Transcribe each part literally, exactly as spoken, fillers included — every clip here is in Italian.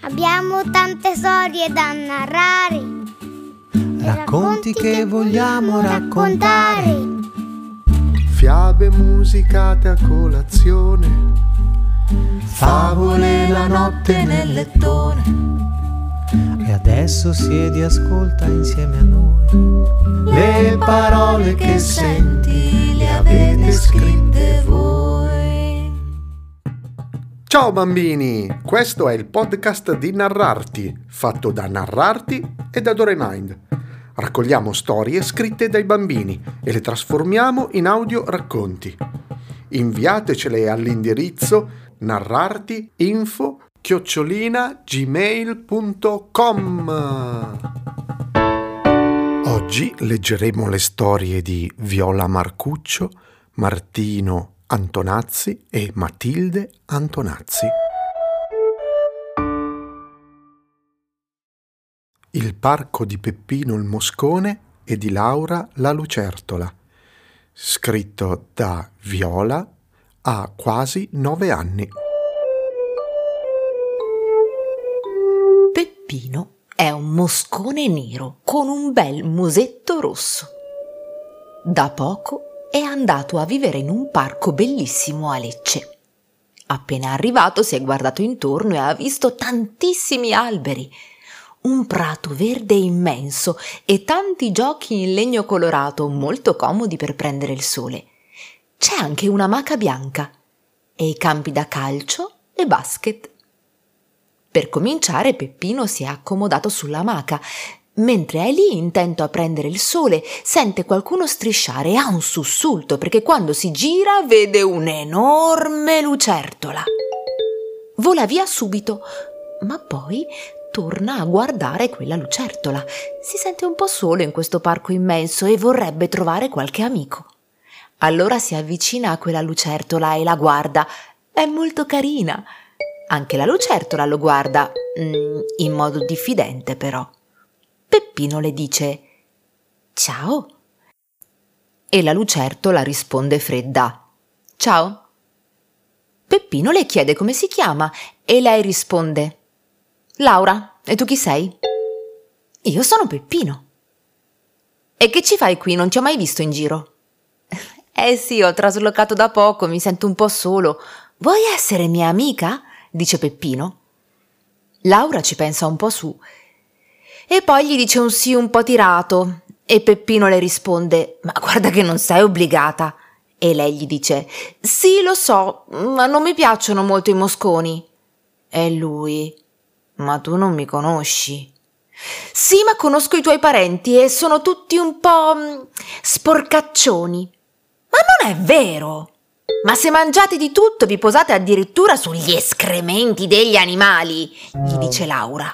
Abbiamo tante storie da narrare, racconti che vogliamo raccontare, fiabe musicate a colazione, favole la notte nel lettone. E adesso siedi e ascolta insieme a noi le parole che senti, le avete scritte voi. Ciao bambini, questo è il podcast di Narrarti, fatto da Narrarti e da Doremind. Raccogliamo storie scritte dai bambini e le trasformiamo in audio racconti. Inviatecele all'indirizzo narrartiinfo chiocciolina gmail punto com. Oggi leggeremo le storie di Viola Marcuccio, Martino Antonazzi e Matilde Antonazzi. Il parco di Peppino il Moscone e di Laura la Lucertola. Scritto da Viola, ha quasi nove anni. Peppino è un moscone nero con un bel musetto rosso. Da poco è andato a vivere in un parco bellissimo a Lecce. Appena arrivato si è guardato intorno e ha visto tantissimi alberi, un prato verde immenso e tanti giochi in legno colorato molto comodi per prendere il sole. C'è anche un'amaca bianca e i campi da calcio e basket. Per cominciare Peppino si è accomodato sull'amaca. Mentre è lì intento a prendere il sole, sente qualcuno strisciare e ha un sussulto perché quando si gira vede un'enorme lucertola. Vola via subito, ma poi torna a guardare quella lucertola. Si sente un po' solo in questo parco immenso e vorrebbe trovare qualche amico. Allora si avvicina a quella lucertola e la guarda. È molto carina. Anche la lucertola lo guarda, mm, in modo diffidente però. Peppino le dice «Ciao». E la lucertola risponde fredda «Ciao». Peppino le chiede come si chiama e lei risponde «Laura, e tu chi sei?» «Io sono Peppino». «E che ci fai qui? Non ti ho mai visto in giro». «Eh sì, ho traslocato da poco, mi sento un po' solo. Vuoi essere mia amica?» dice Peppino. Laura ci pensa un po' su e poi gli dice un sì un po' tirato e Peppino le risponde «Ma guarda che non sei obbligata». E lei gli dice «Sì, lo so, ma non mi piacciono molto i mosconi». E lui «Ma tu non mi conosci». «Sì, ma conosco i tuoi parenti e sono tutti un po' mh, sporcaccioni». «Ma non è vero! Ma se mangiate di tutto vi posate addirittura sugli escrementi degli animali», gli dice Laura.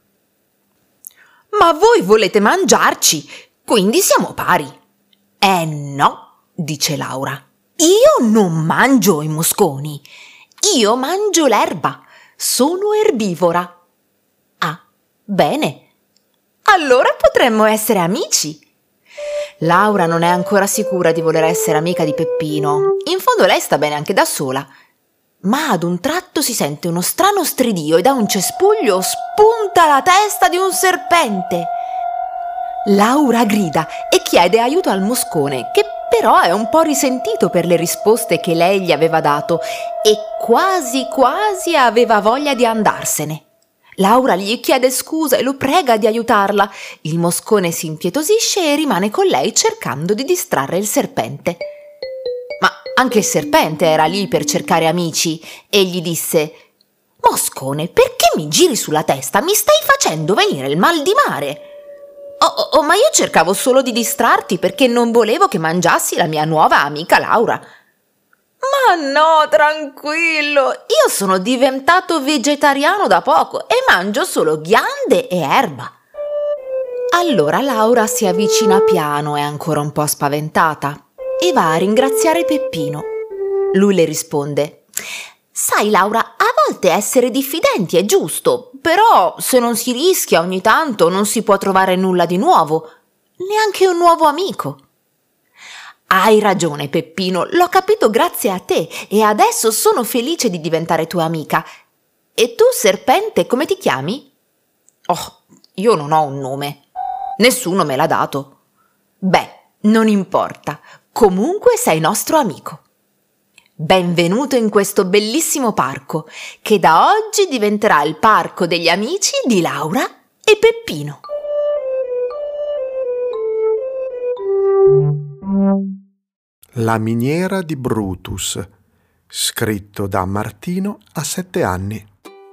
«Ma voi volete mangiarci, quindi siamo pari». «Eh no», dice Laura, «io non mangio i mosconi, io mangio l'erba, sono erbivora». «Ah, bene, allora potremmo essere amici». Laura non è ancora sicura di voler essere amica di Peppino. In fondo lei sta bene anche da sola. Ma ad un tratto si sente uno strano stridio e da un cespuglio spunta la testa di un serpente. Laura grida e chiede aiuto al moscone, che però è un po' risentito per le risposte che lei gli aveva dato e quasi quasi aveva voglia di andarsene. Laura gli chiede scusa e lo prega di aiutarla. Il moscone si impietosisce e rimane con lei cercando di distrarre il serpente. Ma anche il serpente era lì per cercare amici e gli disse «Moscone, perché mi giri sulla testa? Mi stai facendo venire il mal di mare!» «Oh, oh, oh, ma io cercavo solo di distrarti perché non volevo che mangiassi la mia nuova amica Laura». «Ma no, tranquillo, io sono diventato vegetariano da poco e mangio solo ghiande e erba». Allora Laura si avvicina piano, è ancora un po' spaventata, e va a ringraziare Peppino. Lui le risponde «Sai Laura, a volte essere diffidenti è giusto, però se non si rischia ogni tanto non si può trovare nulla di nuovo, neanche un nuovo amico». «Hai ragione, Peppino, l'ho capito grazie a te e adesso sono felice di diventare tua amica. E tu, serpente, come ti chiami? Oh, io non ho un nome. Nessuno me l'ha dato. Beh, non importa. Comunque sei nostro amico. Benvenuto in questo bellissimo parco, che da oggi diventerà il parco degli amici di Laura e Peppino. La miniera di Brutus, scritto da Martino a sette anni.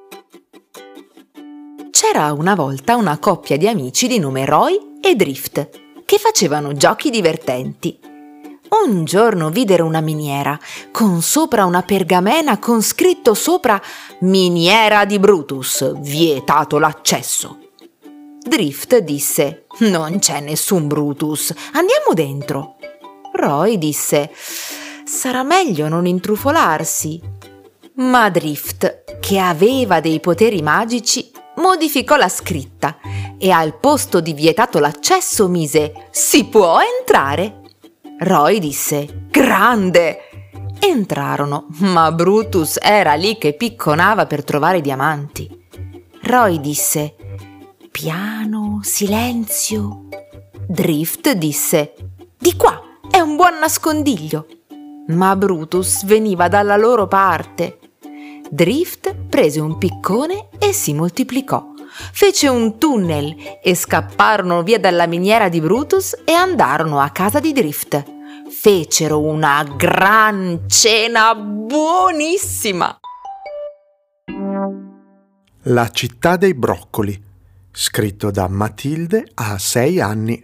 C'era una volta una coppia di amici di nome Roy e Drift, che facevano giochi divertenti. Un giorno videro una miniera, con sopra una pergamena con scritto sopra «Miniera di Brutus, vietato l'accesso». Drift disse «Non c'è nessun Brutus, andiamo dentro». Roy disse «Sarà meglio non intrufolarsi». Ma Drift, che aveva dei poteri magici, modificò la scritta e al posto di vietato l'accesso mise «Si può entrare». Roy disse «Grande!». Entrarono, ma Brutus era lì che picconava per trovare i diamanti. Roy disse «Piano, silenzio». Drift disse «Di qua, è un buon nascondiglio». Ma Brutus veniva dalla loro parte. Drift prese un piccone e si moltiplicò. Fece un tunnel e scapparono via dalla miniera di Brutus e andarono a casa di Drift. Fecero una gran cena buonissima. La città dei broccoli, scritto da Matilde a sei anni.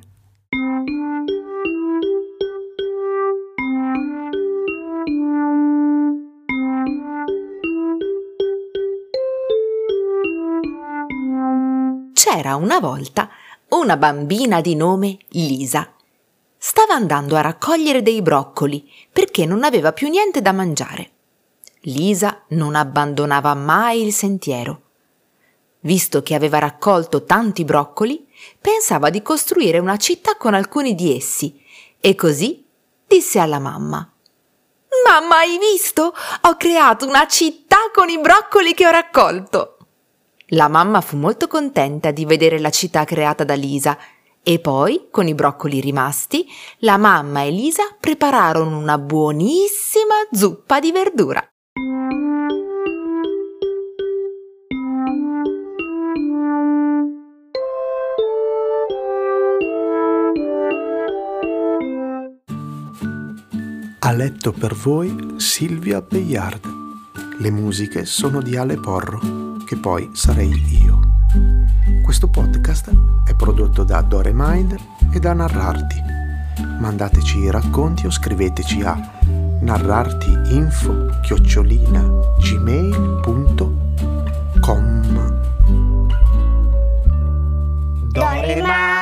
C'era una volta una bambina di nome Lisa. Stava andando a raccogliere dei broccoli perché non aveva più niente da mangiare. Lisa non abbandonava mai il sentiero. Visto che aveva raccolto tanti broccoli, pensava di costruire una città con alcuni di essi e così disse alla mamma: «Mamma, hai visto? Ho creato una città con i broccoli che ho raccolto!» La mamma fu molto contenta di vedere la città creata da Lisa e poi, con i broccoli rimasti, la mamma e Lisa prepararono una buonissima zuppa di verdura. Ha letto per voi Silvia Bayard. Le musiche sono di Ale Porro, che poi sarei io. Questo podcast è prodotto da Dore Mind e da Narrarti. Mandateci i racconti o scriveteci a narrartiinfo chiocciolina gmail punto com. Dore Mind.